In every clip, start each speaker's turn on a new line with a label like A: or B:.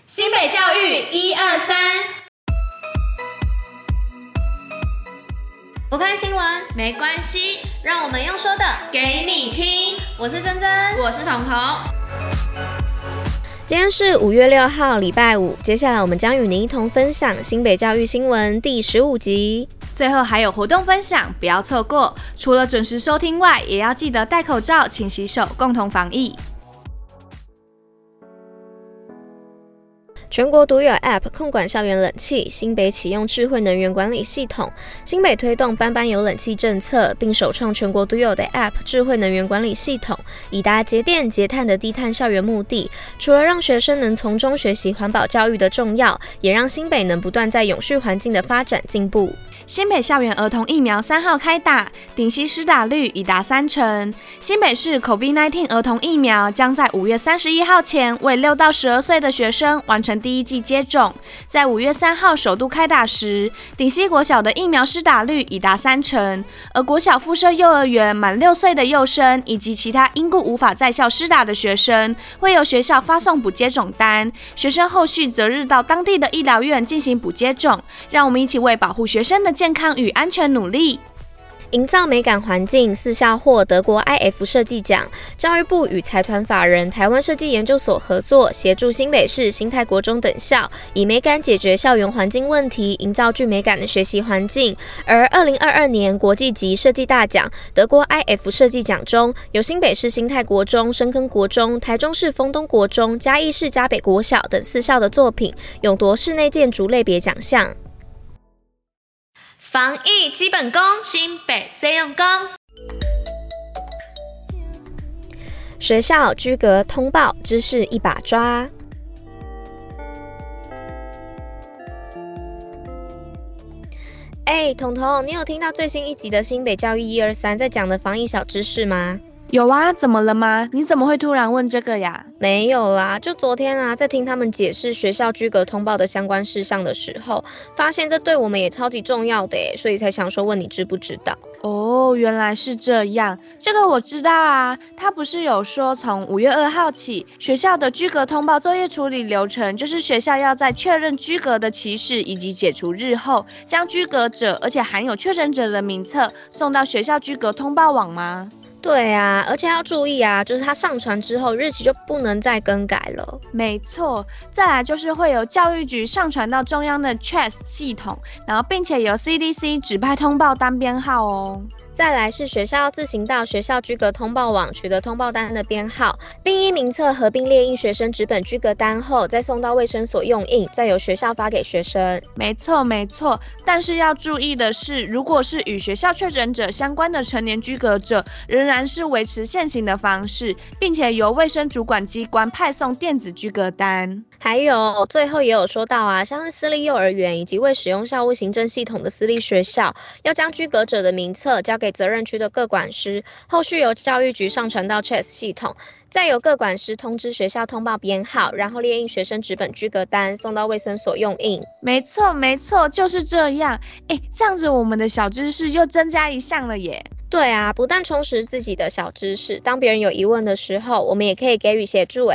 A: 新北教育123，不看新闻没关系，让我们用说的给你听。我是珍珍，我是彤彤。
B: 今天是5月6号，礼拜五。接下来我们将与您一同分享新北教育新闻第15集。
A: 最后还有活动分享，不要错过。除了准时收听外，也要记得戴口罩、勤洗手，共同防疫。
B: 全国独有 App 控管校园冷气，新北启用智慧能源管理系统。新北推动班班有冷气政策，并首创全国独有的 App 智慧能源管理系统，以达节电节碳的低碳校园目的。除了让学生能从中学习环保教育的重要，也让新北能不断在永续环境的发展进步。
A: 新北校园儿童疫苗3号开打，顶溪施打率已达30%。新北市 COVID-19 儿童疫苗将在5月31号前为6到12岁的学生完成第一剂接种。在5月3号首度开打时，顶溪国小的疫苗施打率已达30%，而国小附设幼儿园满6岁的幼生以及其他因故无法在校施打的学生，会由学校发送补接种单，学生后续择日到当地的医疗院进行补接种。让我们一起为保护学生的健康与安全努力。
B: 营造美感环境，4校获德国 IF 设计奖。教育部与财团法人台湾设计研究所合作，协助新北市、新泰国中等校以美感解决校园环境问题，营造具美感的学习环境。而2022年国际级设计大奖德国 IF 设计奖中，有新北市新泰国中、深坑国中、台中市丰东国中、嘉义市嘉北国小等4校的作品，勇夺室内建筑类别奖项。
A: 防疫基本功，新北最用功。
B: 学校居隔通报，知识一把抓。彤彤，你有听到最新一集的新北教育123在讲的防疫小知识吗？
A: 有啊，怎么了吗？你怎么会突然问这个呀？
B: 没有啦，就昨天啊，在听他们解释学校居隔通报的相关事项的时候，发现这对我们也超级重要的耶，所以才想说问你知不知道。
A: 哦，原来是这样，这个我知道啊。他不是有说从5月2号起，学校的居隔通报作业处理流程，就是学校要在确认居隔的期日以及解除日后，将居隔者而且含有确诊者的名册送到学校居隔通报网吗？
B: 对啊，而且要注意啊，就是它上传之后日期就不能再更改了。
A: 没错，再来就是会由教育局上传到中央的 CHAS 系统，然后并且由 CDC 指派通报单编号哦。
B: 再来是学校自行到学校居隔通报网取得通报单的编号，并依名册合并列印学生纸本居隔单后，再送到卫生所用印，再由学校发给学生。
A: 没错，但是要注意的是，如果是与学校确诊者相关的成年居隔者，仍然是维持现行的方式，并且由卫生主管机关派送电子居隔单。
B: 还有最后也有说到啊，像是私立幼儿园以及未使用校务行政系统的私立学校，要将居隔者的名册交给责任区的各管师，后续由教育局上传到 CHAS 系统，再由各管师通知学校通报编号，然后列印学生纸本居隔单送到卫生所用印。
A: 没错，就是这样。这样子我们的小知识又增加一项了耶。
B: 对啊，不但充实自己的小知识，当别人有疑问的时候，我们也可以给予协助。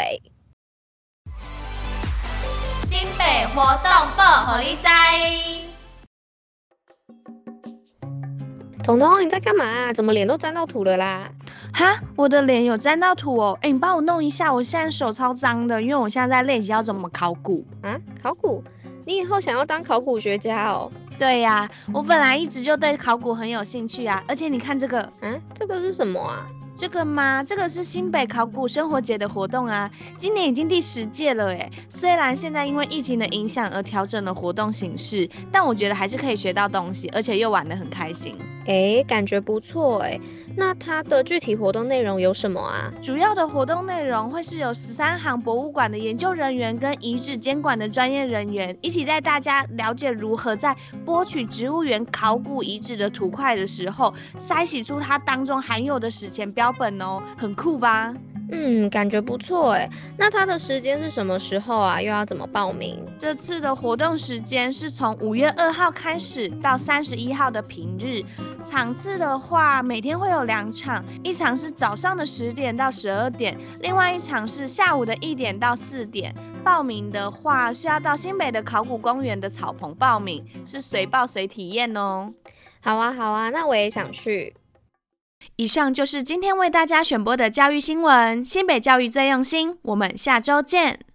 A: 新北活动报好利在。
B: 彤彤，你在干嘛啊？怎么脸都沾到土了啦？
A: 哈，我的脸有沾到土哦。你帮我弄一下，我现在手超脏的，因为我现在在练习要怎么考古
B: 啊？考古？你以后想要当考古学家哦？
A: 对呀，我本来一直就对考古很有兴趣啊。而且你看这个，
B: 这个是什么啊？
A: 这个吗？这个是新北考古生活节的活动啊，今年已经第10届了耶。虽然现在因为疫情的影响而调整了活动形式，但我觉得还是可以学到东西，而且又玩得很开心。
B: 感觉不错那它的具体活动内容有什么啊？
A: 主要的活动内容会是由13行博物馆的研究人员跟遗址监管的专业人员一起带大家了解如何在剥取植物园考古遗址的土块的时候，筛洗出它当中含有的史前标本哦，很酷吧？
B: 感觉不错诶。那它的时间是什么时候啊？又要怎么报名？
A: 这次的活动时间是从5月2号开始到31号的平日，场次的话每天会有2场，一场是早上的10点到12点，另外一场是下午的1点到4点。报名的话是要到新北的考古公园的草棚报名，是随报随体验哦。
B: 好啊，那我也想去。
A: 以上就是今天为大家选播的教育新闻，新北教育最用心，我们下周见。